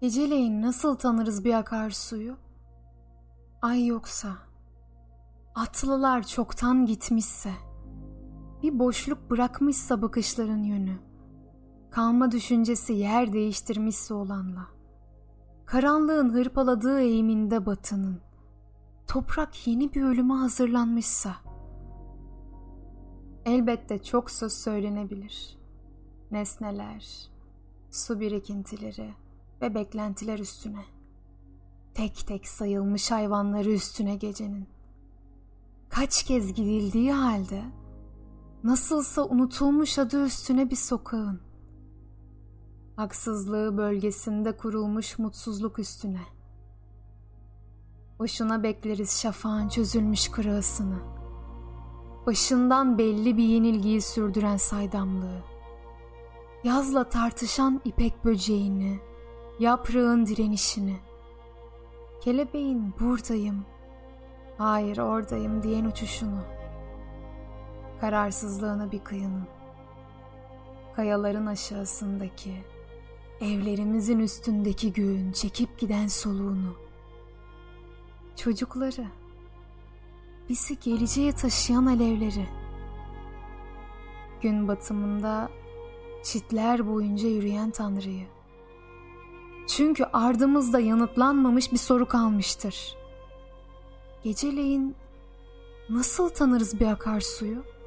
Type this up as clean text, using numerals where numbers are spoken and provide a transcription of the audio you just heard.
Geceleyin nasıl tanırız bir akarsuyu? Ay yoksa, atlılar çoktan gitmişse, bir boşluk bırakmışsa bakışların yönü, kalma düşüncesi yer değiştirmişse olanla, karanlığın hırpaladığı eğiminde batının, toprak yeni bir ölüme hazırlanmışsa, elbette çok söz söylenebilir. Nesneler, su birikintileri ve beklentiler üstüne, tek tek sayılmış hayvanları üstüne gecenin, kaç kez gidildiği halde, nasılsa unutulmuş adı üstüne bir sokağın, haksızlığı bölgesinde kurulmuş mutsuzluk üstüne, boşuna bekleriz şafağın çözülmüş kırağısını, başından belli bir yenilgiyi sürdüren saydamlığı, yazla tartışan ipek böceğini, yaprağın direnişini, kelebeğin buradayım, hayır oradayım diyen uçuşunu, kararsızlığını bir kıyının, kayaların aşağısındaki, evlerimizin üstündeki göğün çekip giden soluğunu, çocukları, bizi geleceğe taşıyan alevleri, gün batımında çitler boyunca yürüyen Tanrı'yı. Çünkü ardımızda yanıtlanmamış bir soru kalmıştır. Geceleyin nasıl tanırız bir akarsuyu?